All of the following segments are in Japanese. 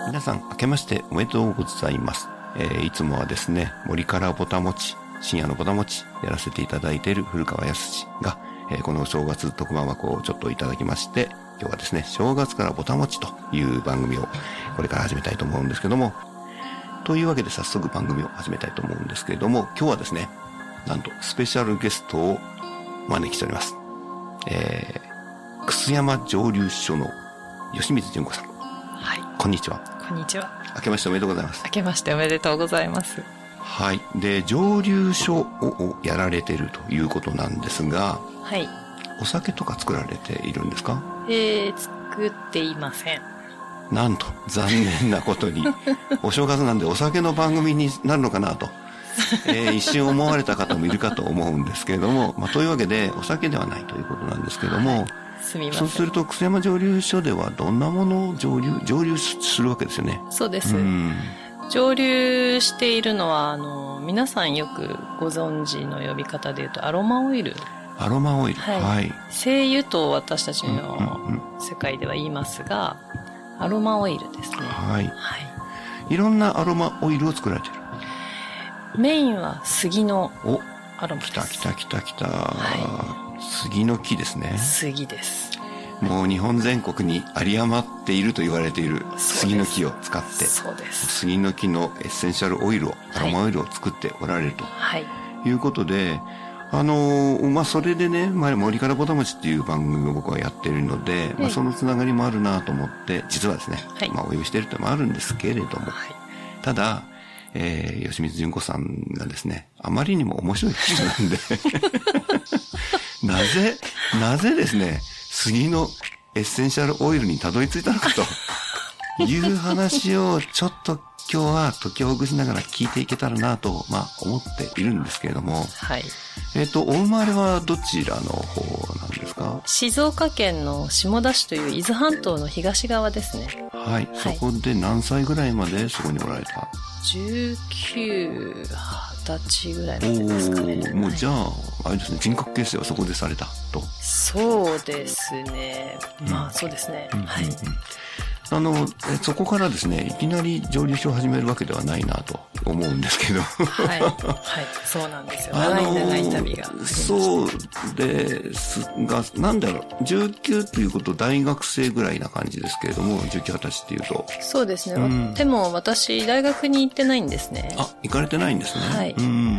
皆さん明けましておめでとうございます。いつもはですね、森からぼたもち、深夜のぼたもちやらせていただいている古川康が、この正月特番枠をちょっといただきまして、今日はですね、正月からぼたもちという番組をこれから始めたいと思うんですけども、というわけで早速番組を始めたいと思うんですけれども、今日はですね、なんとスペシャルゲストを招きしております。楠山蒸留所の吉水純子さん。 はい。 こんにちは。 こんにちは。 明けましておめでとうございます。 明けましておめでとうございます。 はい。で、蒸留所をやられているということなんですが、 はい。 お酒とか作られているんですか？ 作っていません。 なんと、残念なことに、お正月なんでお酒の番組になるのかなと、一瞬思われた方もいるかと思うんですけれども、というわけで、お酒ではないということなんですけれども、 はい、すみません。 そうすると、楠山蒸留所ではどんなものを蒸留するわけですよね。 そうです。蒸留しているのは、皆さんよくご存知の呼び方で言うと、アロマオイル。 アロマオイル。 はい。はい、精油と私たちの世界では言いますが、アロマオイルですね。 はい。はい。いろんなアロマオイルを作られている。 メインは杉のアロマです。 来た。はい。杉の木ですね。 杉です。 もう日本全国に有り余っていると言われている杉の木を使って、 そうです。 杉の木のエッセンシャルオイルを、アロマオイルを作っておられると。はい。いうことで、それでね、森からぼたもちっていう番組を僕はやっているので、そのつながりもあるなと思って、実はですね、はい、お呼びしているってのもあるんですけれども、はい、ただ、吉水純子さんがですね、あまりにも面白い人なんで、なぜですね、杉のエッセンシャルオイルにたどり着いたのかという話をちょっと今日は解きほぐしながら聞いていけたらなと、思っているんですけれども。はい。お生まれはどちらの方なんですか？ 静岡県の下田市という伊豆半島の東側ですね。 はい。そこで何歳ぐらいまでそこにおられた ？19、20歳ぐらいまでですかね。 もうじゃあ、あれですね、人格形成はそこでされたと。 そうですね。そうですね。はい。 そこからですね、いきなり蒸留所を始めるわけではないなと思うんですけど。 はい。はい。そうなんですよ。長い旅が。 そうですが、なんだろう、19ということ大学生ぐらいな感じですけれども、19、20歳っていうと。 そうですね。でも私、大学に行ってないんですね。 あ、行かれてないんですね。 はい。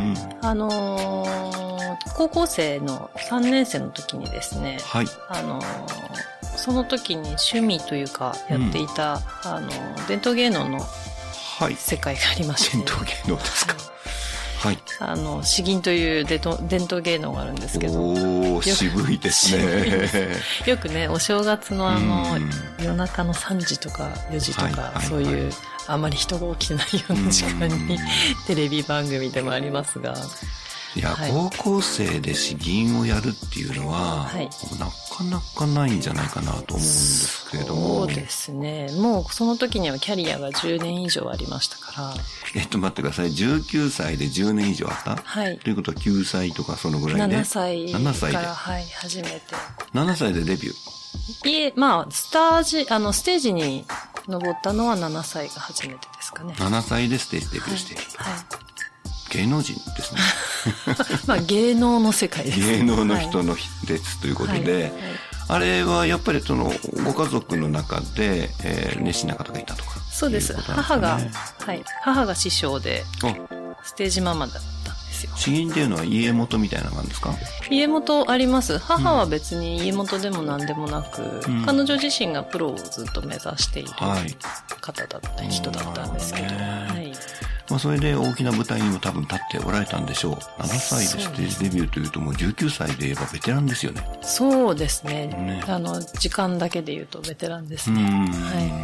高校生の3年生の時にですね、はい。その時に趣味というかやっていた、伝統芸能の世界がありまして、 伝統芸能ですか？はい。 詩吟という伝統芸能があるんですけど。 おー、渋いですね。 よくね、お正月の夜中の3時とか4時とか、そういう、あまり人が起きてないような時間に、テレビ番組でもありますが。 いや、高校生で詩吟をやるっていうのは、なかなかないんじゃないかなと思うんですけれども。 そうですね。もうその時にはキャリアが10年以上ありましたから。 待ってください。19歳で10年以上あった？はい。ということは9歳とかそのぐらいで。 7歳から、はい、初めて。 7歳でデビュー？ いえ、ステージに登ったのは7歳が初めてですかね。 7歳でステージデビューしていると。はい。芸能人ですね。 芸能の世界です。 芸能の人のですということで、あれはやっぱりご家族の中で、熱心な方がいたとか。 そうです。母が師匠で、ステージママだったんですよ。 詩吟っていうのは家元みたいな感じですか？ 家元あります。母は別に家元でも何でもなく、彼女自身がプロをずっと目指している方だった人だったんですけど。はい。 それで大きな舞台にも多分立っておられたんでしょう。7歳でステージデビューというともう19歳で言えばベテランですよね。 そうですね。時間だけで言うとベテランですね。はい。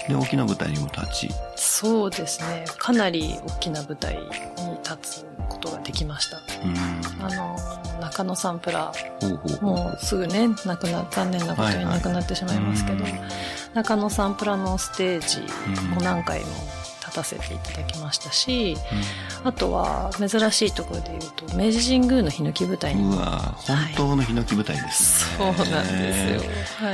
で、大きな舞台にも立ち。 そうですね。かなり大きな舞台に立つことができました。中野サンプラー。もうすぐね、残念なことに亡くなってしまいますけど、中野サンプラのステージも何回も勝たせていただきましたし、あとは珍しいところで言うと明治神宮のヒノキ舞台に。 うわ、本当のヒノキ舞台ですね。そうなんですよ。はい。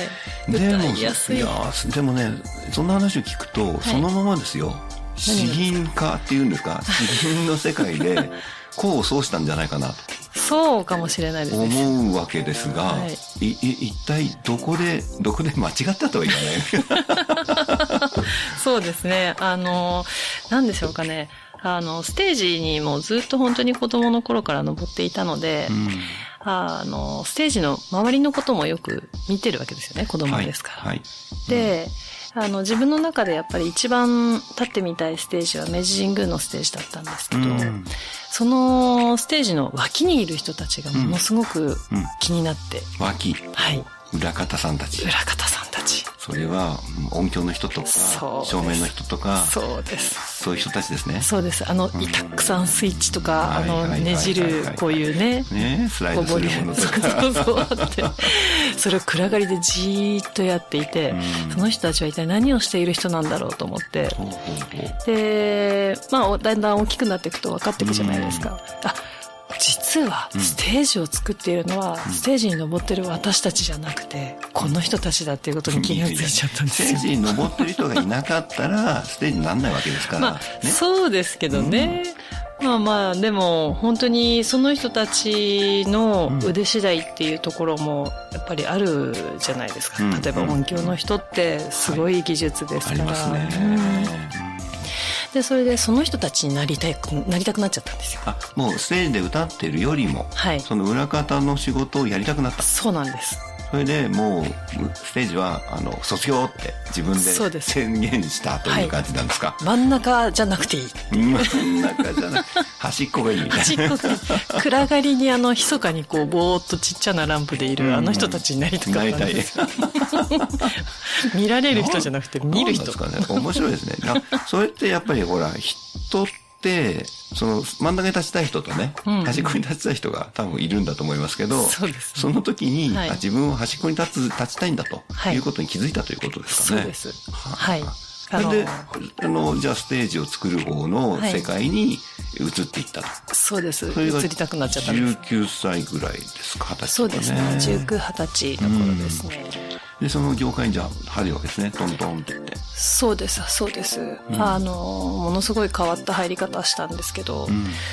舞台安い。 でもね、そんな話を聞くと、そのままですよ。詩吟家っていうんですか、詩吟の世界で功を奏したんじゃないかなと。 そうかもしれないですね。 思うわけですが、一体どこで間違ったとは言わないそうですね。なんでしょうかね。ステージにもずっと本当に子供の頃から登っていたので、ステージの周りのこともよく見てるわけですよね、子供ですから。で、自分の中でやっぱり一番立ってみたいステージは明治神宮のステージだったんですけど、そのステージの脇にいる人たちがものすごく気になって。 脇？ はい。 裏方さんたち。 裏方さんたち。 それは音響の人とか、照明の人とか。 そうです。 そういう人たちですね。 そうです。たくさんスイッチとか、ねじる、こういうね。 スライドするものとか。 そうあって。それを暗がりでじーっとやっていて、その人たちは一体何をしている人なんだろうと思って。で、だんだん大きくなっていくと分かっていくじゃないですか。実はステージを作っているのは、ステージに登ってる私たちじゃなくて、この人たちだっていうことに気がついちゃったんですよ。 ステージに登ってる人がいなかったらステージにならないわけですから、 そうですけどね、でも本当にその人たちの腕次第っていうところもやっぱりあるじゃないですか。例えば音響の人ってすごい技術ですから、ありますね。でそれでその人たちになりたくなっちゃったんですよ。 もうステージで歌ってるよりも、その裏方の仕事をやりたくなった。 そうなんです。 それでもうステージは卒業って自分で宣言したという感じなんですか。 真ん中じゃなくていい。 真ん中じゃなくて端っこがいいみたいな。 端っこが暗がりに密かにこうぼーっとちっちゃなランプでいるあの人たちになりたかったんですよ。見られる人じゃなくて見る人。 なんですかね。面白いですね。それってやっぱりほら人ってその真ん中に立ちたい人とね、端っこに立ちたい人が多分いるんだと思いますけど、その時に、自分は端っこに立ちたいんだということに気づいたということですかね。 そうです。はい。 それでじゃあステージを作る方の世界に移っていったと。 そうです。移りたくなっちゃったんです。 19歳ぐらいですか、20歳とかね。 そうですね。19、20歳の頃ですね。 でその業界にじゃあ入るわけですね。トントンって言って。 そうです。ものすごい変わった入り方したんですけど、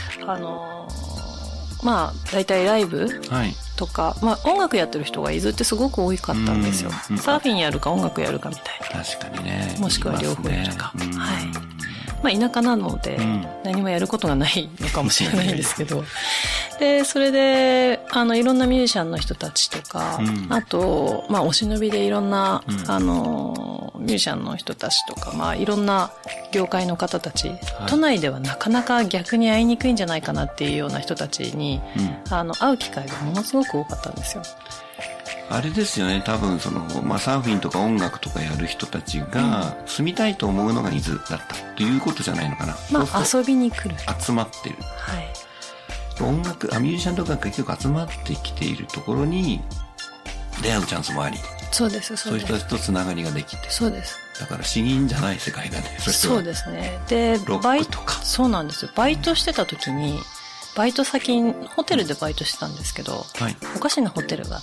大体ライブとか、音楽やってる人が伊豆ってすごく多かったんですよ。サーフィンやるか音楽やるかみたいな。 確かにね。 もしくは両方やるか。田舎なので何もやることがないのかもしれないんですけど、でそれでいろんなミュージシャンの人たちとか、あとお忍びでいろんなミュージシャンの人たちとか、いろんな業界の方たち、都内ではなかなか逆に会いにくいんじゃないかなっていうような人たちに会う機会がものすごく多かったんですよ。 あれですよね、多分サーフィンとか音楽とかやる人たちが住みたいと思うのが伊豆だったということじゃないのかな。 遊びに来る。 集まってる。ミュージシャンとかが結局集まってきているところに出会うチャンスもあり。 そうです。 そういう人たちとつながりができて。 そうです。 だから詩吟じゃない世界だね。 そうですね。で、 ロックとか。 そうなんですよ。バイトしてた時に、バイト先、ホテルでバイトしてたんですけど、おかしなホテルがあって、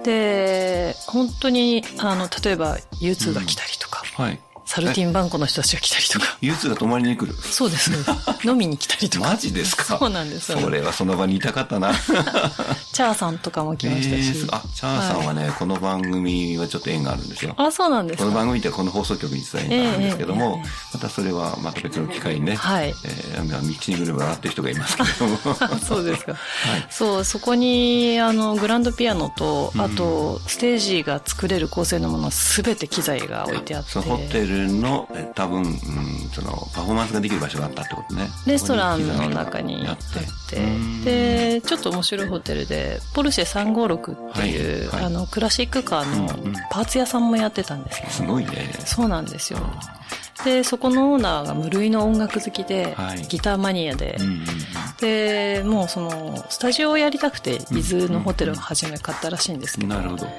で、本当に、例えば U2 が来たりとか、サルティンバンコの人たちが来たりとか。 U2 が泊まりに来る。 そうです。飲みに来たりとか。 マジですか？ そうなんです。 それはその場にいたかったな。 チャーさんとかも来ましたし。 チャーさんはね、この番組はちょっと縁があるんですよ。 そうなんですか。 この番組ってこの放送局に伝えたんですけども、またそれはまた別の機会にね、道にぐるぐる回ってる人がいますけども。 そうですか。そう、そこに、グランドピアノと、あと、ステージが作れる構成のものすべて機材が置いてあって。 ホテルの多分、パフォーマンスができる場所があったってことね。 レストランの中にあって、でちょっと面白いホテルでポルシェ356っていう、クラシックカーのパーツ屋さんもやってたんですね。 すごいね。 そうなんですよ。でそこのオーナーが無類の音楽好きで、ギターマニアで、でもうそのスタジオをやりたくて伊豆のホテルを初め買ったらしいんですけど、 なるほど。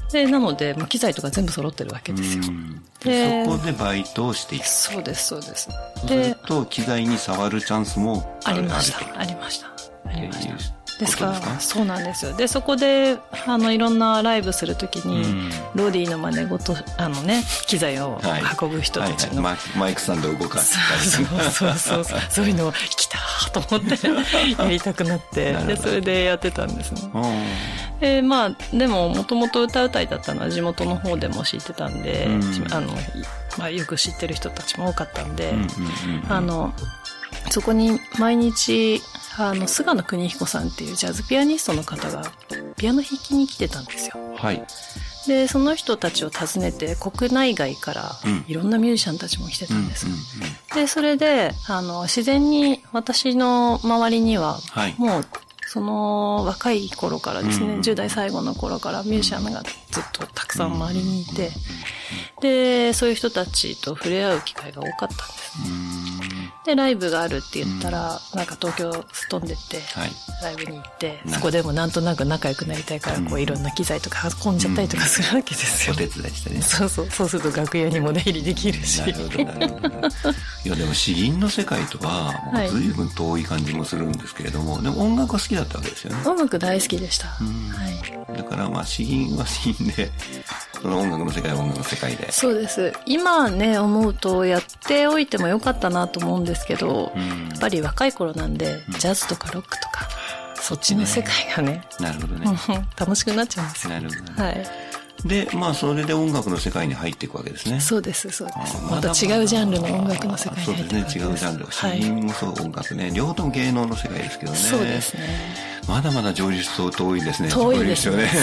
で、なので、機材とか全部揃ってるわけですよ。 で、そこでバイトをしていく。 そうです、そうです。 そうすると、機材に触るチャンスもありました。ありました。ありました。ですから、そうなんですよ。で、そこで、いろんなライブするときに、ロディの真似事、機材を運ぶ人たちの。 マイクスタンドを動かしたり。 そう。そういうのを来たと思ってやりたくなって、で、それでやってたんですね。で、でも、もともと歌うたいだったのは地元の方でも知ってたんで、よく知ってる人たちも多かったんで、そこに毎日、菅野邦彦さんっていうジャズピアニストの方がピアノ弾きに来てたんですよ。 はい。 で、その人たちを訪ねて国内外からいろんなミュージシャンたちも来てたんです。で、それで、自然に私の周りには、もう、その若い頃からですね、10代最後の頃からミュージシャンがずっとたくさん周りにいて、で、そういう人たちと触れ合う機会が多かったんですね。で、ライブがあるって言ったら、なんか東京すっ飛んでって、ライブに行って、そこでもなんとなく仲良くなりたいから、こういろんな機材とか運んじゃったりとかするわけですよ。 お手伝いしてね。 そうすると楽屋にも出入りできるし。 なるほど。いや、でも詩吟の世界とは、随分遠い感じもするんですけれども、でも音楽は好きだったわけですよね。 音楽大好きでした。 だから詩吟は詩吟で、その音楽の世界は音楽の世界で。 そうです。今ね、思うとやっておいてもよかったなと思うんですけど、やっぱり若い頃なんで、ジャズとかロックとか、そっちの世界がね、 なるほどね。 楽しくなっちゃうんですよ。 なるほどね。で、それで音楽の世界に入っていくわけですね。 そうです。また違うジャンルの音楽の世界に入っていくわけです。 そうですね、違うジャンル。詩吟もそう、音楽ね。両方とも芸能の世界ですけどね。 そうですね。 まだまだ上流層遠いですね。 遠いですよね。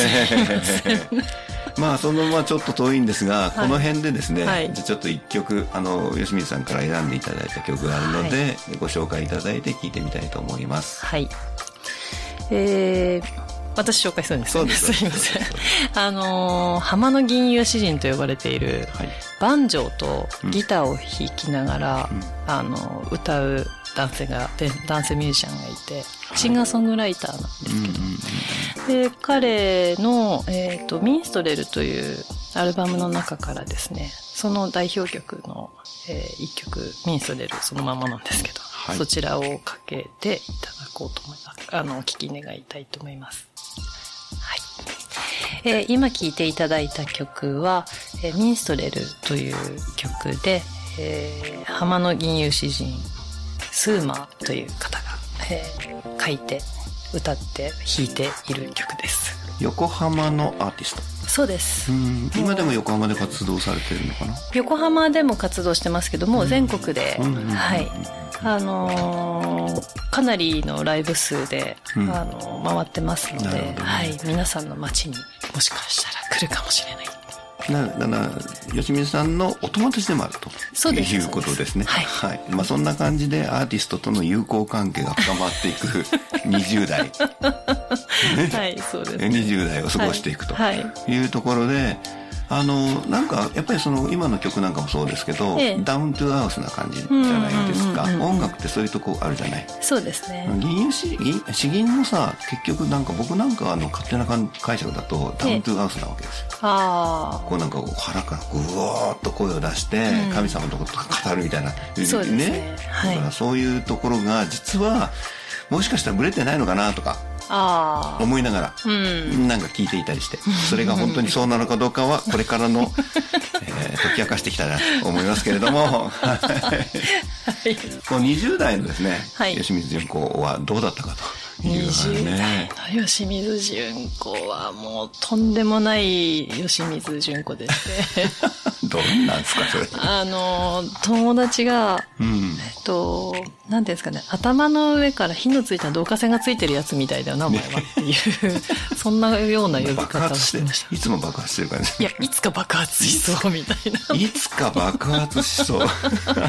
そのちょっと遠いんですが、この辺でですね、ちょっと一曲、吉水さんから選んでいただいた曲があるので、ご紹介いただいて聴いてみたいと思います。 はい。私紹介するんですよね。すいません。浜の吟遊詩人と呼ばれている、バンジョーとギターを弾きながら、歌う男性ミュージシャンがいて、シンガーソングライターなんですけど、で、彼の、ミンストレルというアルバムの中からですね、その代表曲の、一曲、ミンストレルそのままなんですけど、そちらをかけていただこうと思います。聞き願いたいと思います。今聴いていただいた曲は、ミンストレルという曲で、浜の吟遊詩人スーマーという方が、書いて歌って弾いている曲です。 横浜のアーティスト。 そうです。 今でも横浜で活動されてるのかな。 横浜でも活動してますけども、全国で、かなりのライブ数で、回ってますので、皆さんの街にもしかしたら来るかもしれない。 吉水さんのお友達でもあるということですね。そんな感じでアーティストとの友好関係が深まっていく20代。 そうです。 20代を過ごしていくというところで、なんかやっぱり今の曲なんかもそうですけど、ダウントゥアースな感じじゃないですか。音楽ってそういうとこあるじゃない。 そうですね。 詩吟もさ、結局なんか僕なんか勝手な解釈だとダウントゥアースなわけですよ。こうなんか腹からぐわーっと声を出して神様のこととか語るみたいなね。だからそういうところが実はもしかしたらブレてないのかなとか。思いながら、なんか聞いていたりして、それが本当にそうなのかどうかはこれからの、解き明かしていきたいなと思いますけれども、20代のですね、吉水純子はどうだったかという 20代の吉水純子はもうとんでもない吉水純子でしてどんなんですかそれ。 友達が、なんていうんですかね、頭の上から火のついた導火線がついてるやつみたいだよな、お前はっていう、そんなような呼び方をしてました。 いつも爆発してる感じ。 いや、いつか爆発しそうみたいな。 いつか爆発しそう。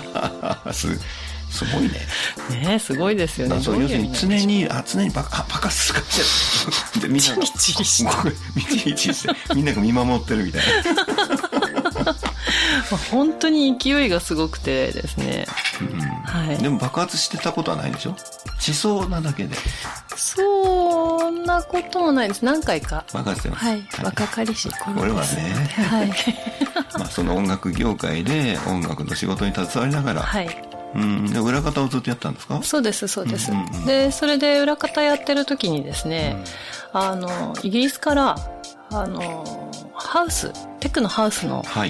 すごいね。 ね、すごいですよね。 そう要するに常に爆発するかもしれない。みんながみちみちして。 みちみちして、みんなが見守ってるみたいな。 本当に勢いがすごくてですね。 でも爆発してたことはないでしょ？ しそうなだけで。 そんなこともないです。何回か。 任せてます。 はい。若かりし頃です。 これはね。はい。まあその音楽業界で音楽の仕事に携わりながら。はい。で裏方をずっとやったんですか？そうです、そうです。で、それで裏方やってる時にですね、イギリスから、ハウス、テクノハウスの、はい。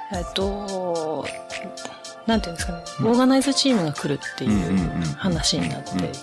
なんていうんですかね、オーガナイズチームが来るっていう話になって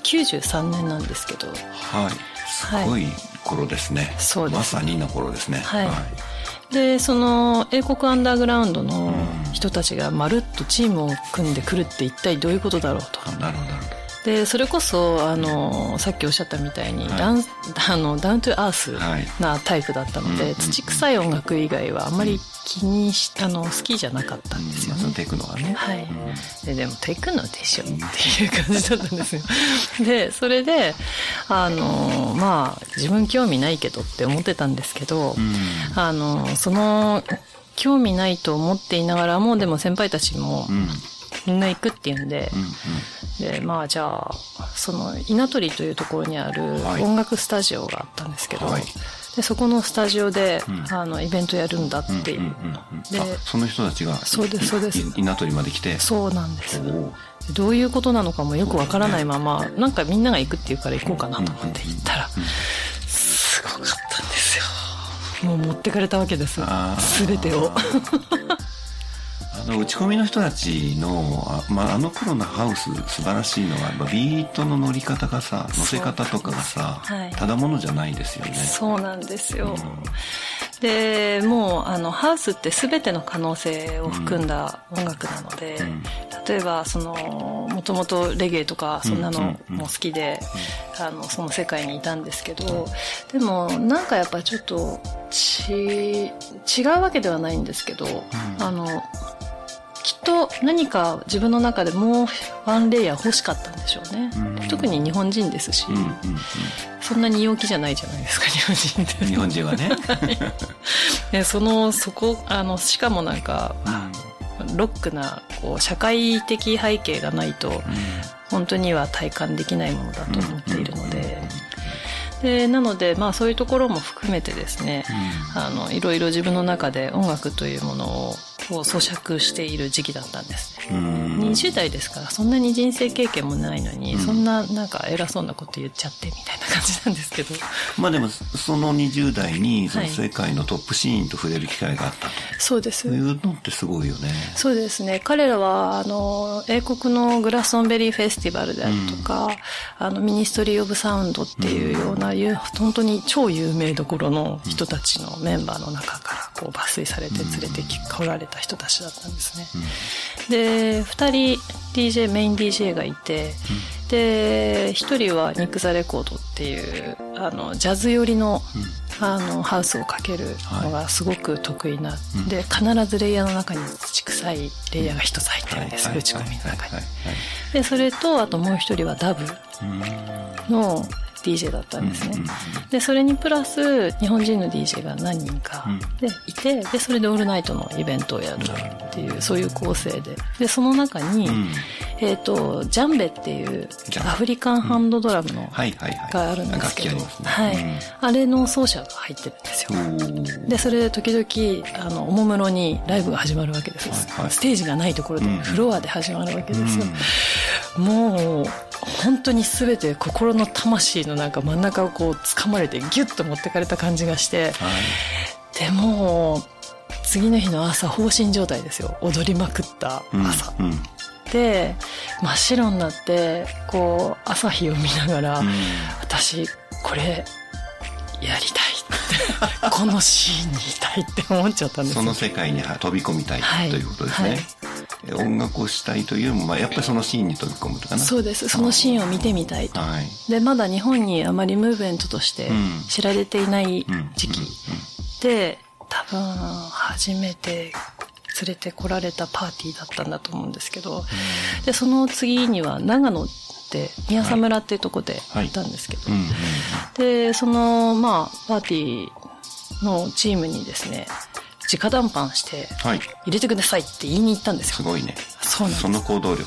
、93年なんですけど。はい。 すごい頃ですね。そうです。まさにの頃ですね。 はい。で、その、英国アンダーグラウンドの人たちがまるっとチームを組んでくるって一体どういうことだろうと。 なるほど。 で、それこそ、さっきおっしゃったみたいに、ダウントゥアースなタイプだったので、土臭い音楽以外はあんまり好きじゃなかったんですよね。 そのテクノはね。 はい。でもテクノでしょっていう感じだったんですよ。で、それで、まあ、自分興味ないけどって思ってたんですけど、その、興味ないと思っていながらも、でも先輩たちも、みんな行くっていうんで、で、まあじゃあ、その稲取というところにある音楽スタジオがあったんですけど、でそこのスタジオで、イベントやるんだっていう。 で、その人たちが、 そうです、そうです。 稲取まで来て。 そうなんです。どういうことなのかもよくわからないまま、なんかみんなが行くっていうから行こうかなと思って行ったら、すごかったんですよ。もう持ってかれたわけです。すべてを。 打ち込みの人たちの、あの頃のハウス素晴らしいのは、ビートの乗り方がさ、乗せ方とかがさ、ただものじゃないですよね。 そうなんですよ。で、もう、ハウスって全ての可能性を含んだ音楽なので、例えば、もともとレゲエとか、そんなのも好きで、その世界にいたんですけど、でも、なんかやっぱちょっと、違うわけではないんですけど、きっと何か自分の中でもうワンレイヤー欲しかったんでしょうね。特に日本人ですし、そんなに陽気じゃないじゃないですか、日本人って。 日本人はね。 でしかもなんか、ロックな社会的背景がないと、本当には体感できないものだと思っているので、なので、まあそういうところも含めてですね、いろいろ自分の中で音楽というものを咀嚼している時期だったんですね。20代ですからそんなに人生経験もないのに、そんななんか偉そうなこと言っちゃってみたいな感じなんですけど。 まあでもその20代にその世界のトップシーンと触れる機会があったと。 そうです。 そういうのってすごいよね。 そうですね。彼らは英国のグラストンベリーフェスティバルであるとか、ミニストリー・オブ・サウンドっていうような、本当に超有名どころの人たちのメンバーの中から抜粋されて連れて来られた人たちだったんですね。で、2人メイン DJ がいて、で、1人はニック・ザ・レコードっていうジャズ寄りのハウスをかけるのがすごく得意な、で必ずレイヤーの中に土臭いレイヤーが一つ入ってるんです、打ち込みの中に。でそれとあともう一人はダブのDJ だったんですね。でそれにプラス日本人の DJ が何人かでいて、でそれでオールナイトのイベントをやるっていうそういう構成で、その中に、ジャンベっていうアフリカンハンドドラムのがあるんですけど、あれの奏者が入ってるんですよ。でそれで時々おもむろにライブが始まるわけです。ステージがないところでフロアで始まるわけですよ。もう本当に全て心の魂のなんか真ん中をこう掴まれてギュッと持ってかれた感じがして、でも次の日の朝放心状態ですよ。踊りまくった朝、で真っ白になってこう朝日を見ながら、私これやりたいってこのシーンにいたいって思っちゃったんです。 その世界に飛び込みたい、ということですね。音楽をしたいというよりも、やっぱりそのシーンに飛び込むとかな。 そうです。そのシーンを見てみたいと。でまだ日本にあまりムーブメントとして知られていない時期で、多分初めて連れてこられたパーティーだったんだと思うんですけど、でその次には長野で宮佐村っていうとこで行ったんですけど、でそのパーティーのチームにですね、直談判して入れてくださいって言いに行ったんですよ。 すごいね。 そうなんです。 その行動力。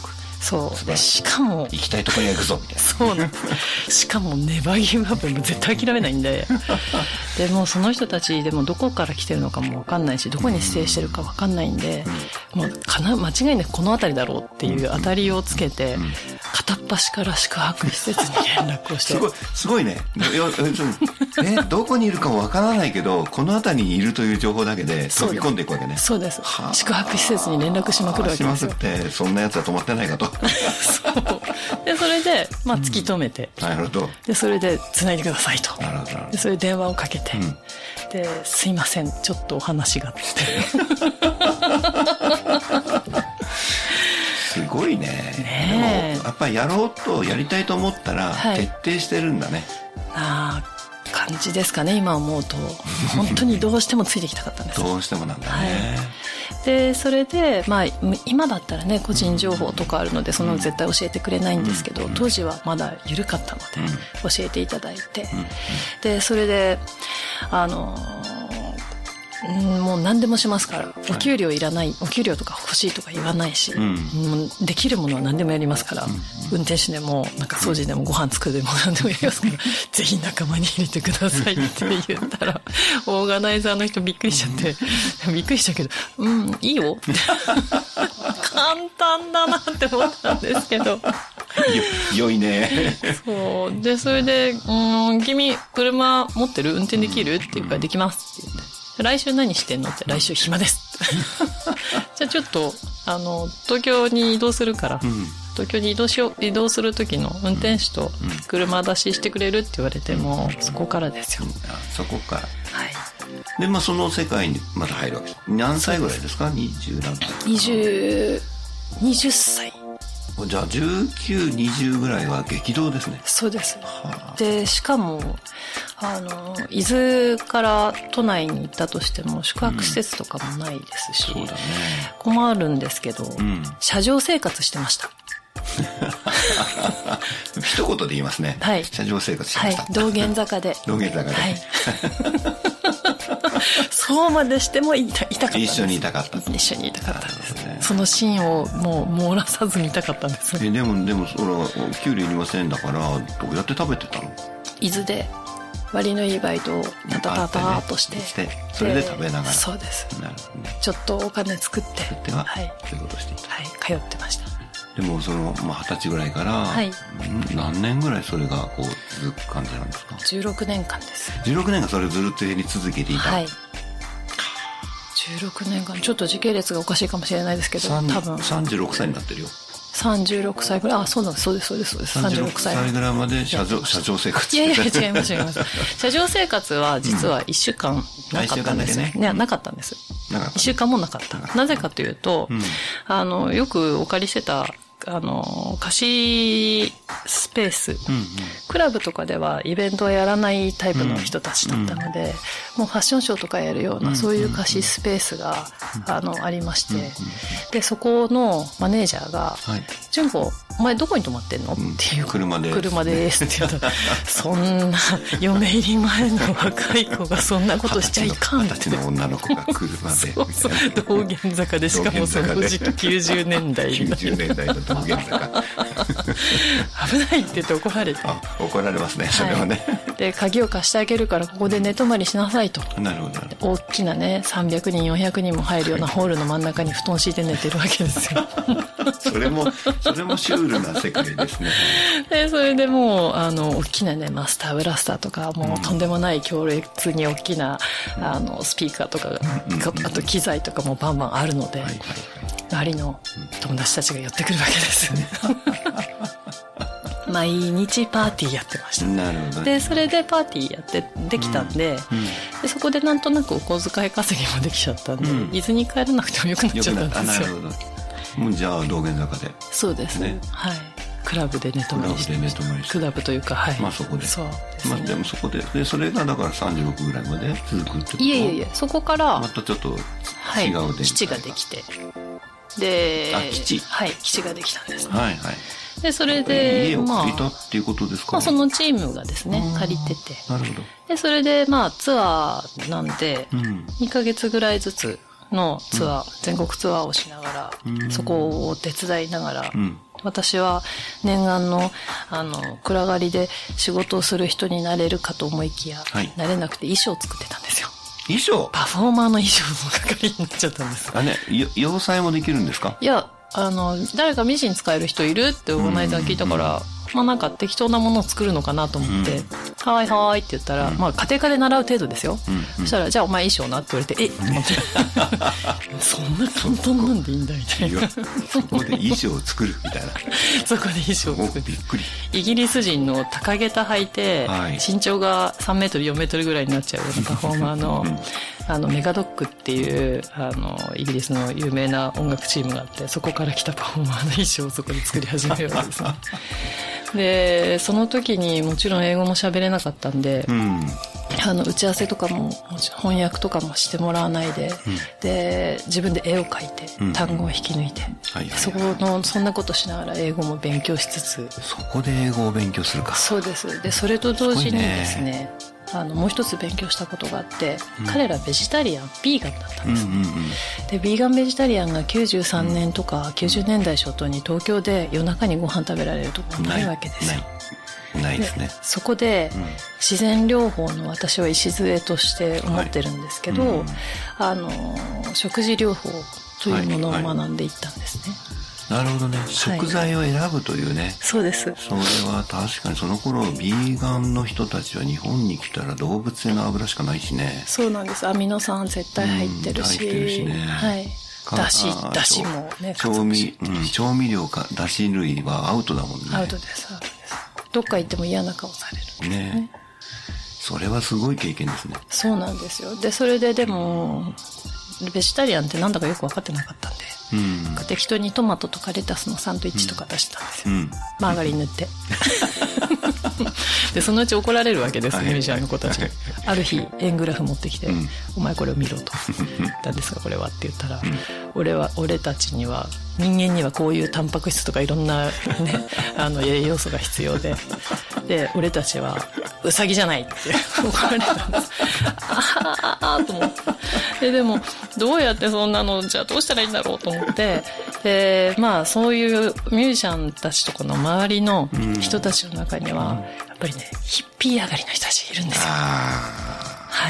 そうで、しかも行きたいところに行くぞみたいな。 そうなんです。しかもネバーギブアップも絶対諦めないんででもその人たちでもどこから来てるのかも分かんないし、どこにステイしてるか分かんないんで、もう間違いなくこの辺りだろうっていう当たりをつけて、片っ端から宿泊施設に連絡をしてすごいね。どこにいるかも分からないけど、この辺りにいるという情報だけで飛び込んでいくわけね。 そうです。宿泊施設に連絡しまくるわけですよ。 しまくって、そんなやつは止まってないかとそうで、それで、突き止めて、 なるほど。 で、それで繋いでくださいと。 なるほど。 で、それで電話をかけて、で、すいません、ちょっとお話がってすごいね。でもやっぱりやろうとやりたいと思ったら徹底してるんだね。 感じですかね、今思うと。本当にどうしてもついてきたかったんです。 どうしてもなんだね。 で、それで、今だったらね、個人情報とかあるので、その絶対教えてくれないんですけど、当時はまだ緩かったので、教えていただいて、で、それで、もう何でもしますから、お給料いらない、お給料とか欲しいとか言わないし、もうできるものは何でもやりますから、運転手でもなんか掃除でもご飯作るでも何でもやりますから、ぜひ仲間に入れてくださいって言ったら、オーガナイザーの人びっくりしちゃって、びっくりしたけど、いいよって簡単だなって思ったんですけど。 良いね。 そう。で、それで、君、車持ってる？運転できる？って言うから、できますって言って。来週何してんのって、来週暇です。じゃあちょっと、東京に移動するから、東京に移動する時の運転手と車出ししてくれるって言われても、そこからですよ。 そこから。 はい。 で、その世界にまた入るわけです。何歳ぐらいですか？20何歳 ？20歳。 じゃあ19、20ぐらいは激動ですね。 そうです。で、しかも、伊豆から都内に行ったとしても宿泊施設とかもないですし、 そうだね、 困るんですけど、車上生活してました。 一言で言いますね。 はい。 車上生活してました。 はい。道玄坂で。 道玄坂で。はい。 そうまでしてもいたかった。 一緒にいたかった。 一緒にいたかったんです。そのシーンをもう漏らさず見たかったんです。 でもそれは給料いりませんだから、どうやって食べてたの？ 伊豆で割のいいバイトをタタターっとして、 それで食べながら。 そうです。 なるほどね。 ちょっとお金作っては、 はい。 そういうことしていた。 はい、通ってました。 でも20歳ぐらいから、はい、何年ぐらいそれがこう続く感じなんですか ？16年間です。 16年間それをずっとやり続けていた。 はい。16年間、ちょっと時系列がおかしいかもしれないですけど、多分。 36歳になってるよ。 36歳ぐらい、そうです。36歳。 36歳ぐらいまで車上生活。 いや、違います。車上生活は実は1週間なかったんです。なかったんです。1週間もなかった。なぜかというと、よくお借りしてた、貸しスペース、クラブとかではイベントをやらないタイプの人たちだったので、もうファッションショーとかやるような、そういう貸しスペースが、ありまして、で、そこのマネージャーが、純子、お前どこに泊まってんのっていう。 車ですって言ったら、そんな、嫁入り前の若い子がそんなことしちゃいかんって。 20歳の女の子が車で。 そうそう、道玄坂で、しかもその時期90年代。 90年代の道玄坂。 危ないって言って怒られて。 怒られますね、それはね。 で、鍵を貸してあげるからここで寝泊まりしなさいと。 なるほど。 大きなね、300人、400人も入るようなホールの真ん中に布団敷いて寝てるわけですよ。 それもシュールな世界ですね。 で、それでもう、大きなね、マスターブラスターとか、もうとんでもない強烈に大きな、スピーカーとか、あと機材とかもバンバンあるので、周りの友達たちが寄ってくるわけですよね。毎日パーティーやってました。 なるほど。 で、それでパーティーやってできたんで、でそこでなんとなくお小遣い稼ぎもできちゃったんで、伊豆に帰らなくてもよくなっちゃったんですよ。 なるほど。もうじゃあ道玄坂で。 そうですね。はい。クラブで寝泊まりして。クラブというか、はい。 そこで。 そうですね。 でもそこで、それがだから36ぐらいまで続くってこと？ いえ、そこから、 またちょっと違う基地ができて。で、 基地。 はい、基地ができたんですね。 はいはい。 で、それで、 家を借りたっていうことですか？ そのチームがですね、借りてて。 なるほど。 で、それで、ツアーなんで、2ヶ月ぐらいずつのツアー、全国ツアーをしながら、そこを手伝いながら、私は念願の暗がりで仕事をする人になれるかと思いきや、なれなくて衣装を作ってたんですよ。 衣装？ パフォーマーの衣装の係になっちゃったんです。 洋裁もできるんですか？ いや、誰かミシン使える人いるってオーガナイザー聞いたから、まあなんか適当なものを作るのかなと思って、はいはいって言ったら、まあ家庭科で習う程度ですよ。そしたら、じゃあお前衣装なって言われて、と思って。そんな簡単なんでいいんだみたいな。 そこで衣装を作るみたいな。 そこで衣装を作る。 びっくり。 イギリス人の高下駄履いて、身長が3メートル4メートルぐらいになっちゃうようなパフォーマーの、メガドックっていう、イギリスの有名な音楽チームがあって、そこから来たパフォーマーの衣装をそこで作り始めるわけですね。で、その時にもちろん英語も喋れなかったんで、打ち合わせとかも、翻訳とかもしてもらわないで、で、自分で絵を描いて、単語を引き抜いて、そんなことしながら英語も勉強しつつ。 そこで英語を勉強するか。 そうです。で、それと同時にですね、もう一つ勉強したことがあって、彼らベジタリアン、ビーガンだったんです。で、ビーガンベジタリアンが93年とか90年代初頭に東京で夜中にご飯食べられるところないわけですよ。 ないですね。 そこで、自然療法の私は礎として思ってるんですけど、食事療法というものを学んでいったんですね。 なるほどね。食材を選ぶというね。 そうです。 それは確かにその頃ビーガンの人たちは日本に来たら動物性の油しかないしね。 そうなんです。アミノ酸絶対入ってるし。 入ってるしね。 はい。だしもね。 調味料かだし類はアウトだもんね。 アウトです。どっか行っても嫌な顔される。ね。 それはすごい経験ですね。 そうなんですよ。で、それででも、ベジタリアンってなんだかよく分かってなかったんで、適当にトマトとかレタスのサンドイッチとか出したんですよ。マーガリン塗って。で、そのうち怒られるわけですね、ミュージシャンの子たちに。ある日、円グラフ持ってきて、お前これを見ろと。何ですかこれはって言ったら、俺たちには、人間にはこういうタンパク質とかいろんなね、栄養素が必要で、で、俺たちはウサギじゃないって怒られたんです。と思って。でも、どうやってそんなの、じゃあどうしたらいいんだろうと思って、で、まあそういうミュージシャンたちとかの周りの人たちの中には、やっぱりね、ヒッピー上がりの人たちいるんですよ。はい。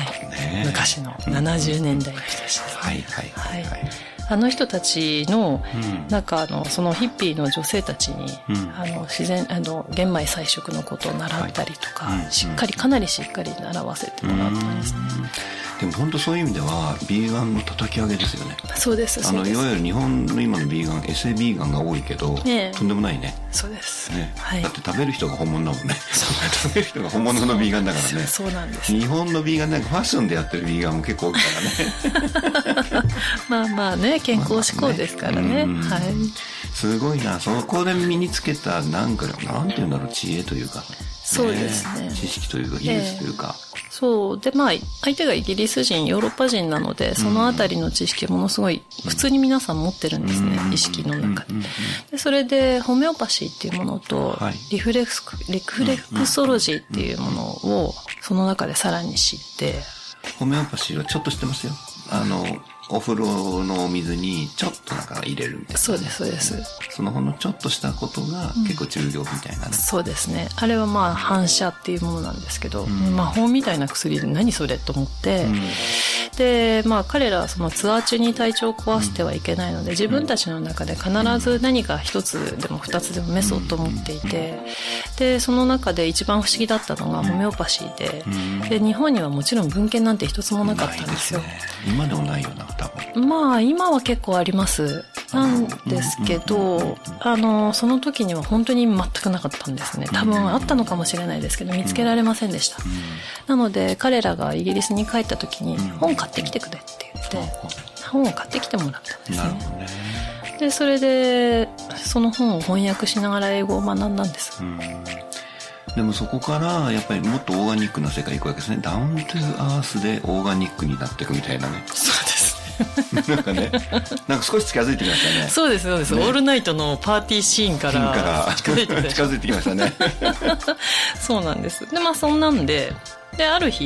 昔の70年代の人たちですね。はい。あの人たちの、そのヒッピーの女性たちに、玄米菜食のことを習ったりとか、かなりしっかり習わせてもらったんですね。 でも本当そういう意味では、ビーガンの叩き上げですよね。 そうです、 いわゆる日本の今のビーガン、エセビーガンが多いけど、とんでもないね。 そうです。 だって食べる人が本物だもんね。食べる人が本物のビーガンだからね。 そうなんです。 日本のビーガンなんかファッションでやってるビーガンも結構多いからね。 まあね、健康志向ですからね。はい。 すごいな。そこで身につけたなんていうんだろう、知恵というか。 そうですね。 知識というか、技術というか。 そう。で、まあ、相手がイギリス人、ヨーロッパ人なので、そのあたりの知識ものすごい、普通に皆さん持ってるんですね、意識の中で。で、それで、ホメオパシーっていうものと、リフレクソロジーっていうものを、その中でさらに知って。 ホメオパシーはちょっと知ってますよ。お風呂のお水にちょっと入れるみたいな。 そうです、そうです。 そのほんのちょっとしたことが結構重要みたいなね。 そうですね。あれはまあ反射っていうものなんですけど、魔法みたいな薬で何それと思って、で、まあ彼らはそのツアー中に体調を壊してはいけないので、自分たちの中で必ず何か一つでも二つでもメソッドを持っていて、で、その中で一番不思議だったのがホメオパシーで、日本にはもちろん文献なんて一つもなかったんですよ。 今でもないよな。 まあ今は結構ありますなんですけど、その時には本当に全くなかったんですね。多分あったのかもしれないですけど見つけられませんでした。なので彼らがイギリスに帰った時に本買ってきてくれって言って本を買ってきてもらったんですね。なるほどね。でそれでその本を翻訳しながら英語を学んだんです。 でもそこからやっぱりもっとオーガニックな世界行くわけですね。ダウントゥアースでオーガニックになっていくみたいなね。 そうですなんかね、なんか少し近づいてきましたね。 そうですそうです、ね、オールナイトのパーティーシーンから近づいてきましたね。 そうなんです。でまあそんなんである日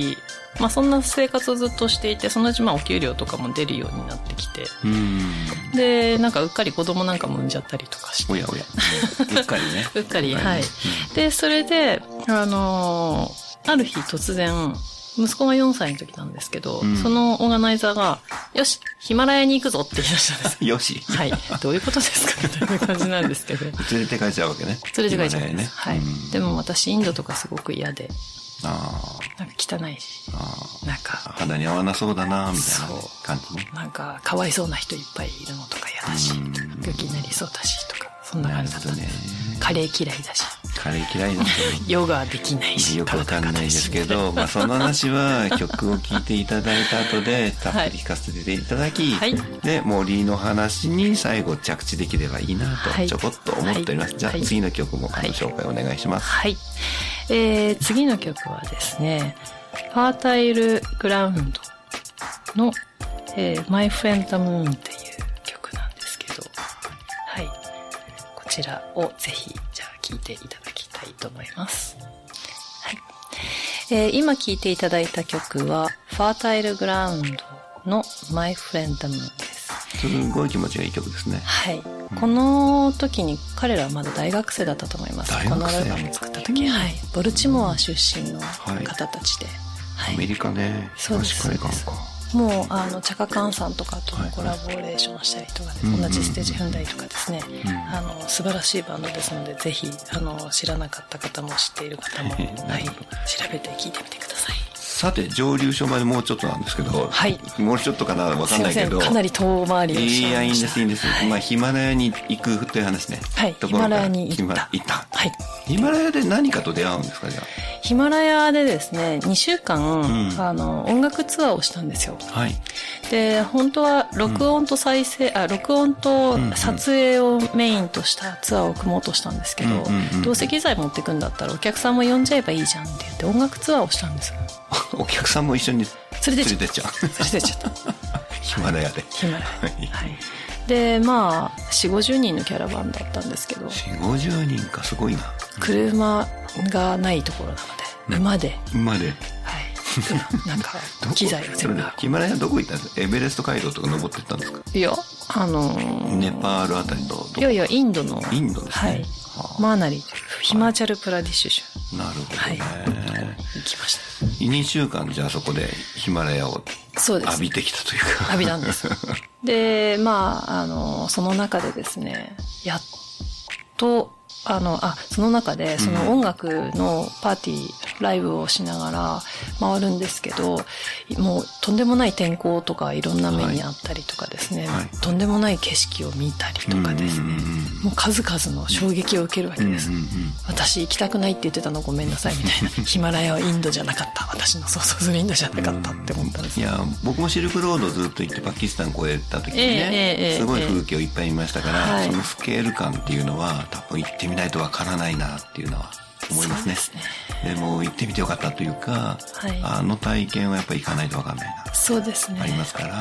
そんな生活をずっとしていて、そのうちお給料とかも出るようになってきて、でなんかうっかり子供なんかも産んじゃったりとかして、 おやおや、うっかりねうっかり、はい、でそれである日突然息子が4歳の時なんですけど、そのオーガナイザーが、よし、ヒマラヤに行くぞって言い出したんです。 よし。 はい。どういうことですかみたいな感じなんですけど。 連れて帰っちゃうわけね。 連れて帰っちゃうんです。はい。でも私、インドとかすごく嫌で。なんか汚いし。なんか。 肌に合わなそうだなみたいな感じね。 なんか、かわいそうな人いっぱいいるのとか嫌だし、病気になりそうだしとか、そんな感じだったんです。カレー嫌いだし。 カレー嫌いだし。 ヨガできないし。 よくわかんないですけど、その話は曲を聴いていただいた後で、たっぷり聴かせていただき、で、森の話に最後着地できればいいなと、ちょこっと思っております。じゃあ、次の曲も紹介お願いします。 はい。次の曲はですね、ファータイルグラウンドの、My Friend the Moon っていう曲なんですけど、はい。こちらをぜひ、じゃあ聴いていただきたいと思います。はい。今聴いていただいた曲は、ファータイルグラウンドの My Friend the Moon です。 すごい気持ちがいい曲ですね。 はい。この時に彼らはまだ大学生だったと思います。このアルバム作った時、はい。ボルチモア出身の方たちで。 はい、アメリカね、東海岸か。 もうチャカカンさんとかともコラボレーションしたりとかで、同じステージ踏んだりとかですね、素晴らしいバンドですので、ぜひ知らなかった方も知っている方も、はい、調べて聞いてみてください。 さて、蒸留所までもうちょっとなんですけど、 はい、 もうちょっとかな、わかんないけど、 かなり遠回りをしました。 いや、いいんです、いいんです。はい、ヒマラヤに行くという話ね。 はい、ヒマラヤに行った。 はい。ヒマラヤで何かと出会うんですか、じゃあ。 ヒマラヤでですね、2週間、音楽ツアーをしたんですよ。 はい。 で、本当は録音と録音と撮影をメインとしたツアーを組もうとしたんですけど、どうせ機材持ってくんだったらお客さんも呼んじゃえばいいじゃんって言って音楽ツアーをしたんです。 お客さんも一緒に連れてっちゃう。 連れてっちゃった。 ヒマラヤで。 ヒマラヤ。はい。で、4、50人のキャラバンだったんですけど。 4、50人か、すごいな。 車がないところなので、馬で。 馬で。 はい。なんか、機材を全部。 ヒマラヤどこ行ったんですか？エベレスト街道とか登ってったんですか？ いや、 ネパールあたりと。 いやいや、インドの。 インドですね。 はい。マーナリ、ヒマチャルプラディッシュ州。 なるほどね。 はい。行きました。 2週間じゃあそこでヒマラヤを浴びてきたというか。 浴びたんです。で、その中でですね、やっと、その中で、その音楽のパーティー、ライブをしながら回るんですけど、もうとんでもない天候とかいろんな目にあったりとかですね、とんでもない景色を見たりとかですね、もう数々の衝撃を受けるわけです。私行きたくないって言ってたのごめんなさいみたいな。ヒマラヤはインドじゃなかった。私の想像するインドじゃなかったって思ったんです。 いや、僕もシルクロードずっと行ってパキスタン越えた時にね、すごい風景をいっぱい見ましたから、そのスケール感っていうのは多分行ってみないとわからないなっていうのは思いますね。でも行ってみてよかったというか、体験はやっぱり行かないとわかんないな。 そうですね。 ありますから、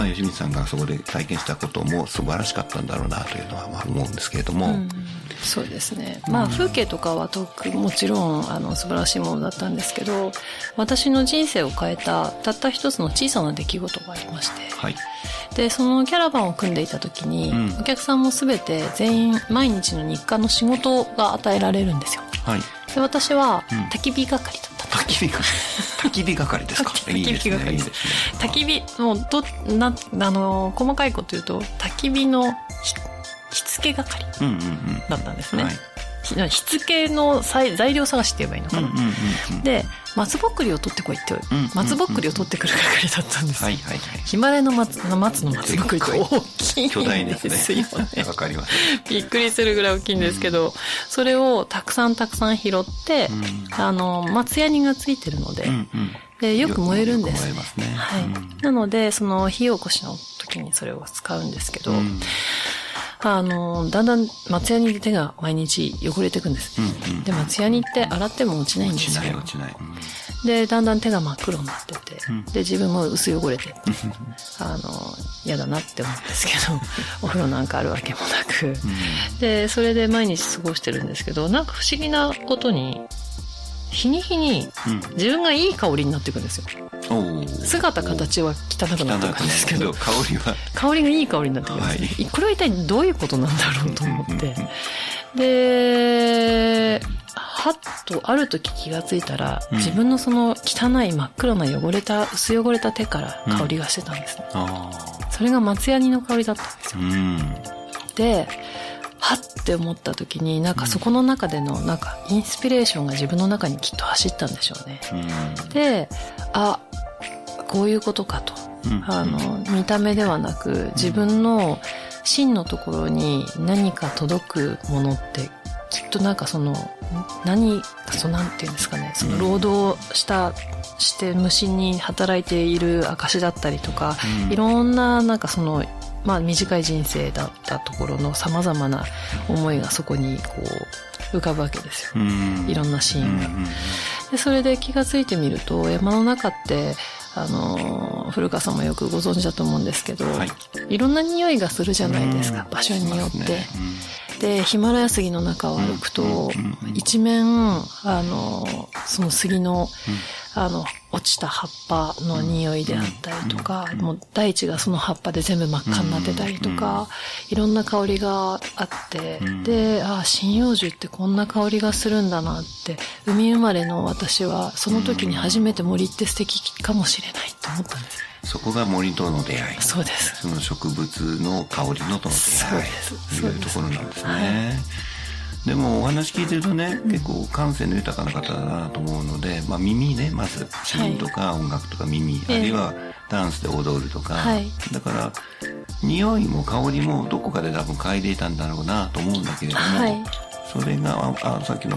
吉光さんがそこで体験したことも素晴らしかったんだろうなというのは思うんですけれども。 そうですね。風景とかはもちろん素晴らしいものだったんですけど、私の人生を変えたたった一つの小さな出来事がありまして。はい。で、そのキャラバンを組んでいた時に、お客さんもすべて全員毎日の日課の仕事が与えられるんですよ。はい。で、私は焚き火係だったんです。 焚き火係ですか？ 焚き火係です。焚き火、もう細かいこと言うと、焚き火の火付け係だったんですね。火付けの材料探しって言えばいいのかな。で、松ぼっくりを取ってこいって、松ぼっくりを取ってくる係だったんです。ヒマラヤの松の松ぼっくりって大きいんですよね。巨大ですね。 わかります。 びっくりするぐらい大きいんですけど、それをたくさん拾って、松ヤニがついてるので、でよく燃えるんですね。はい。なので、その火起こしの時にそれを使うんですけど、だんだん松ヤニで手が毎日汚れていくんです。で、松ヤニって洗っても落ちないんですよ。 落ちない。 で、だんだん手が真っ黒になってて、で、自分も薄汚れてって、嫌だなって思うんですけど、お風呂なんかあるわけもなく、で、それで毎日過ごしてるんですけど、なんか不思議なことに、 日に日に自分がいい香りになっていくんですよ。姿形は汚くなっていくんですけど、香りがいい香りになっていくんですね。これは一体どういうことなんだろうと思って。で、はっとある時気がついたら、自分のその汚い真っ黒な薄汚れた手から香りがしてたんですね。それが松ヤニの香りだったんですよ。で、はって思った時になんかそこの中でのなんかインスピレーションが自分の中にきっと走ったんでしょうね。で、こういうことかと。見た目ではなく自分の芯のところに何か届くものってきっとなんかなんていうんですかね、その労働して無心に働いている証だったりとか、いろんななんか短い人生だったところの様々な思いがそこにこう浮かぶわけですよ。いろんなシーンが。で、それで気がついてみると、山の中って、古川さんもよくご存知だと思うんですけど、いろんな匂いがするじゃないですか、場所によって。で、ヒマラヤ杉の中を歩くと、一面、その杉の、落ちた葉っぱの匂いであったりとか、もう大地がその葉っぱで全部真っ赤になってたりとか、いろんな香りがあって、で、針葉樹ってこんな香りがするんだなって、海生まれの私は、その時に初めて森って素敵かもしれないと思ったんです。 そこが森との出会い。 そうです。 その植物の香りのとの出会い。そういうところなんですね。でもお話聞いてるとね、結構感性の豊かな方だなと思うので、耳ね、まず詩吟とか音楽とか耳、あるいはダンスで踊るとか、だから匂いも香りもどこかで多分嗅いでいたんだろうなと思うんだけれども、それがさっきの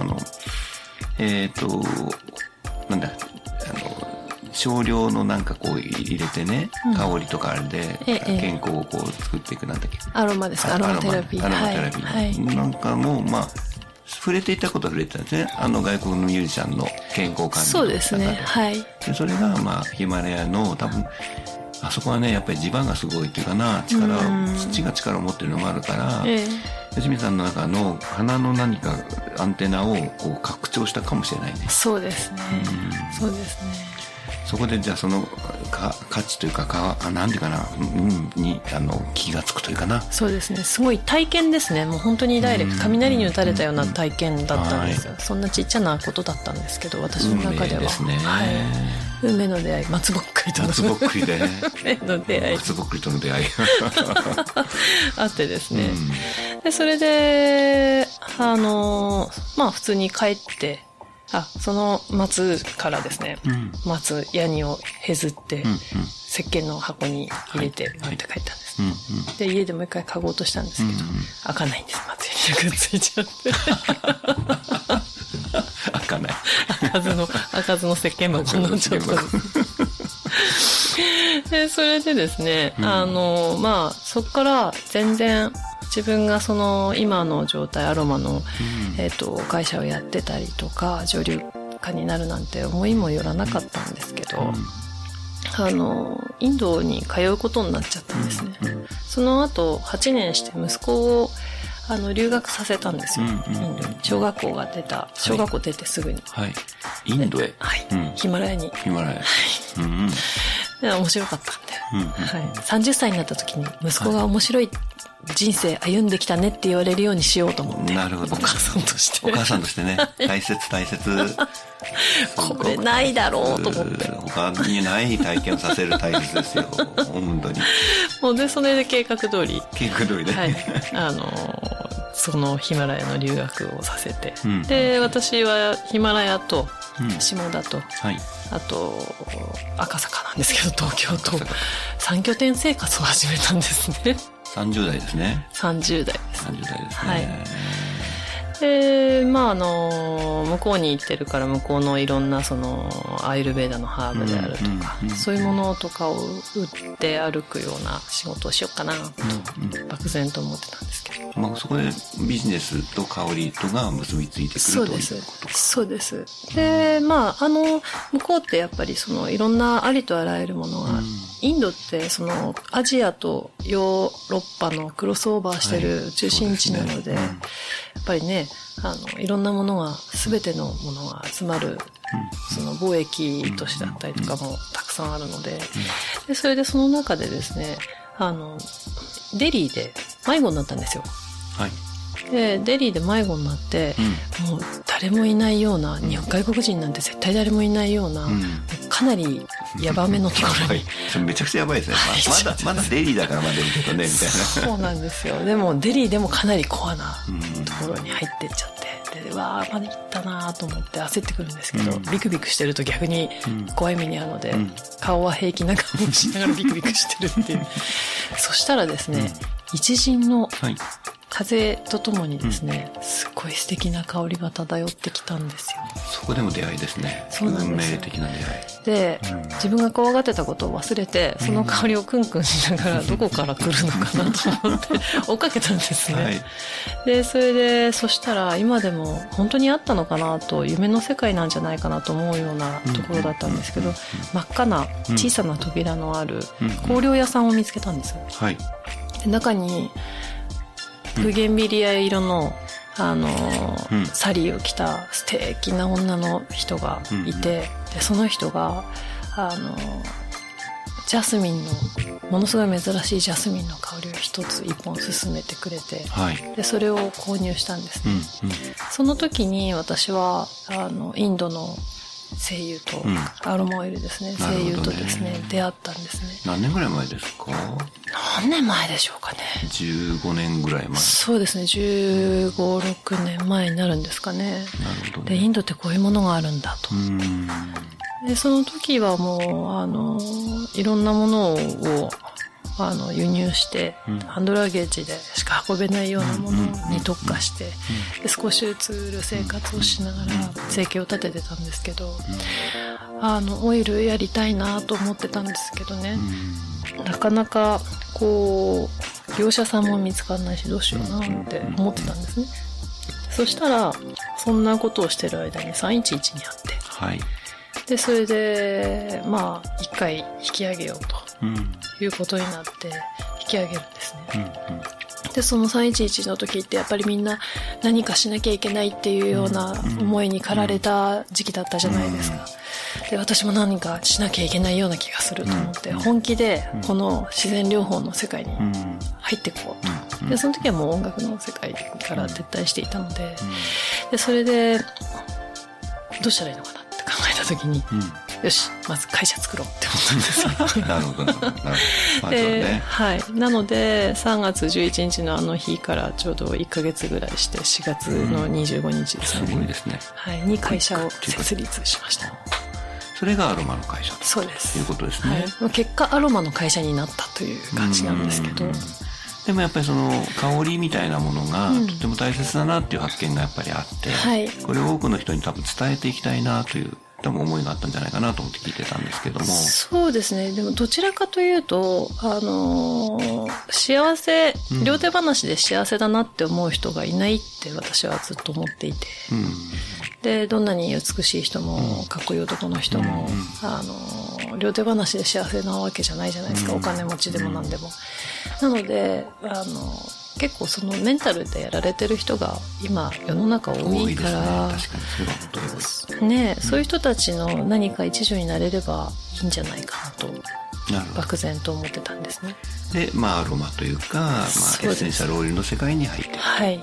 なんだ、少量のなんかこう入れてね、香りとかあれで健康をこう作っていくなんだっけ、 アロマですか、アロマテラピー。 アロマテラピーなんかも触れていたことは触れてたんですね。外国のミュージシャンの健康管理そうですね。 でそれがヒマラヤの多分あそこはねやっぱり地盤がすごいっていうかな、土が力を持ってるのもあるから、吉見さんの中の鼻の何かアンテナをこう拡張したかもしれないね。 そうですね。そうですね。 そこでじゃあその価値というかなんていうかな、に気がつくというかな。 そうですね。すごい体験ですね。もう本当にダイレクト、雷に打たれたような体験だったんですよ。そんなちっちゃなことだったんですけど、私の中では。ですね。運命の出会い、松ぼっくりとの。 松ぼっくりで。 運命の出会い。 松ぼっくりとの出会い。 あってですね。で、それで、普通に帰って、その松からですね、松ヤニを削って、石鹸の箱に入れて持って帰ったんです。で、家でもう一回嗅ごうとしたんですけど、開かないんです、松ヤニがくっついちゃって。 開かない。 開かずの石鹸箱になっちゃったんです。で、それでですね、そっから全然、自分がその今の状態アロマの、会社をやってたりとか女流家になるなんて思いもよらなかったんですけど、インドに通うことになっちゃったんですね。その後8年して息子を留学させたんですよ、インドに。小学校出てすぐに、 インドへ、 ヒマラヤに。面白かったんで、30歳になった時に息子が面白い人生歩んできたねって言われるようにしようと思って。 なるほど。 お母さんとして。 お母さんとしてね。大切。 これないだろうと思って。 他にない体験をさせる大切ですよ。本当に。 もうで、それで計画通り。 計画通りね。 そのヒマラヤの留学をさせて。で、私はヒマラヤと下田と、あと赤坂なんですけど、東京と3拠点生活を始めたんですね。 30代ですね。 30代です。 30代ですね。 で、向こうに行ってるから向こうのいろんなそのアイルベーダのハーブであるとか、そういうものとかを売って歩くような仕事をしようかなと漠然と思ってたんですけど、 そこでビジネスと香りとが結びついてくるということか。 そうです。で、向こうってやっぱりそのいろんなありとあらゆるものがインドってそのアジアとヨーロッパのクロスオーバーしてる中心地なので、やっぱりね、いろんなものが、すべてのものが集まる、その貿易都市だったりとかもたくさんあるので、でそれでその中でですね、デリーで迷子になったんですよ。 はい。 で、デリーで迷子になって、もう誰もいないような、外国人なんて絶対誰もいないような、かなりヤバめのところに。 めちゃくちゃヤバいですね。まだデリーだからまだいいけどね、みたいな。 そうなんですよ。でもデリーでもかなりコアなところに入ってっちゃって、で、わー、まだ行ったなーと思って焦ってくるんですけど、ビクビクしてると逆に怖い目に遭うので、顔は平気な顔をしながらビクビクしてるっていう。そしたらですね、一陣の、風とともにですね、すごい素敵な香りが漂ってきたんですよ。 そこでも出会いですね。 そうなんです。 運命的な出会い。 で、自分が怖がってたことを忘れて、その香りをクンクンしながらどこから来るのかなと思って追っかけたんですね。で、それで、そしたら今でも本当にあったのかなと、夢の世界なんじゃないかなと思うようなところだったんですけど、真っ赤な小さな扉のある香料屋さんを見つけたんです。で、中に、ブーゲンビリア色の、サリーを着た素敵な女の人がいて、で、その人が、ジャスミンの、ものすごい珍しいジャスミンの香りを一本勧めてくれて、で、それを購入したんですね。その時に私は、インドの精油と、アロマオイルですね。精油とですね、出会ったんですね。 何年ぐらい前ですか？ 何年前でしょうかね。 15年ぐらい前。 そうですね。15、6年前になるんですかね。 なるほどね。 で、インドってこういうものがあるんだと。で、その時はもう、いろんなものを、輸入して、ハンドラゲージでしか運べないようなものに特化して、で少しずつ売る生活をしながら生計を立ててたんですけど、オイルやりたいなと思ってたんですけどね、なかなか、業者さんも見つからないし、どうしようなって思ってたんですね。そしたら、そんなことをしてる間に311にあって、で、それで、一回引き上げようと。いうことになって引き上げるんですね。で、その311の時ってやっぱりみんな何かしなきゃいけないっていうような思いに駆られた時期だったじゃないですか。で、私も何かしなきゃいけないような気がすると思って、本気でこの自然療法の世界に入っていこうと。で、その時はもう音楽の世界から撤退していたので、で、それで、どうしたらいいのかなって考えた時に、よし、まず会社作ろうって思ったんですよ。なるほど、なるほど。で、なので、3月11日のあの日からちょうど1ヶ月ぐらいして、4月の25日ですね。 すごいですね。 に会社を設立しました。 それがアロマの会社そうです。 ということですね。 結果、アロマの会社になったという感じなんですけど。 でもやっぱりその香りみたいなものがとても大切だなっていう発見がやっぱりあって、これを多くの人に多分伝えていきたいなという多分思いがあったんじゃないかなと思って聞いてたんですけども。 そうですね。でもどちらかというと、幸せ、両手話で幸せだなって思う人がいないって私はずっと思っていて。で、どんなに美しい人も、かっこいい男の人も、両手話で幸せなわけじゃないじゃないですか。お金持ちでも何でも。なので、結構そのメンタルでやられてる人が今世の中多いから、 確かにそれは本当です。 ね、そういう人たちの何か一助になれればいいんじゃないかなと。漠然と思ってたんですね。 で、アロマというか、エッセンシャルオイルの世界に入って、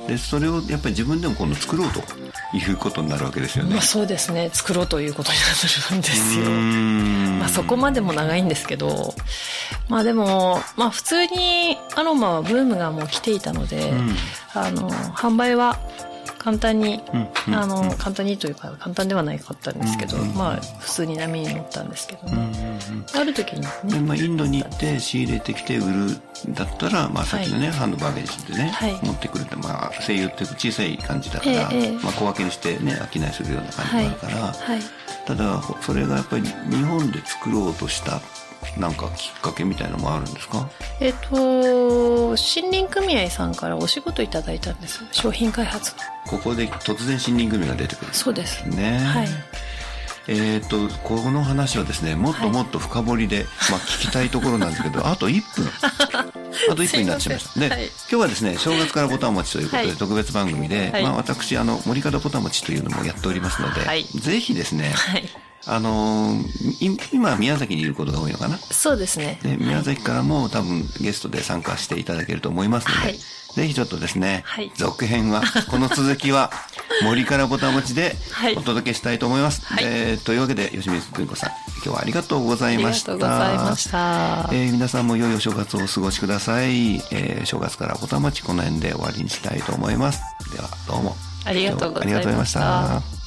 で、それをやっぱり自分でも今度作ろうということになるわけですよね。 そうですね。作ろうということになるんですよ。そこまでも長いんですけど、でも、普通にアロマはブームがもう来ていたので、販売は簡単に、簡単にというか、簡単ではないかったんですけど、普通に波に乗ったんですけどね。ある時にね。インドに行って仕入れてきて売るんだったら、さっきのね、ハンドバーゲージでね、持ってくるって、精油って小さい感じだから、小分けにしてね、商いするような感じがあるから、ただ、それがやっぱり日本で作ろうとしたなんかきっかけみたいなのもあるんですか？ 森林組合さんからお仕事いただいたんです。商品開発の。 ここで突然森林組が出てくる。 そうです。 ね。 この話はですね、もっともっと深掘りで、聞きたいところなんですけど、あと1分。あと1分になってしまいました。で、今日はですね、正月からぼたもちということで、特別番組で、私、森門ぼたもちというのもやっておりますので、ぜひですね、今、宮崎にいることが多いのかな。 そうですね。 で、宮崎からも多分ゲストで参加していただけると思いますので、ぜひちょっとですね、続編は、この続きは、森からぼたもちでお届けしたいと思います。というわけで、吉水久美子さん、今日はありがとうございました。 ありがとうございました。 皆さんも良いお正月をお過ごしください。正月からぼたもち、この辺で終わりにしたいと思います。では、どうも。 ありがとうございました。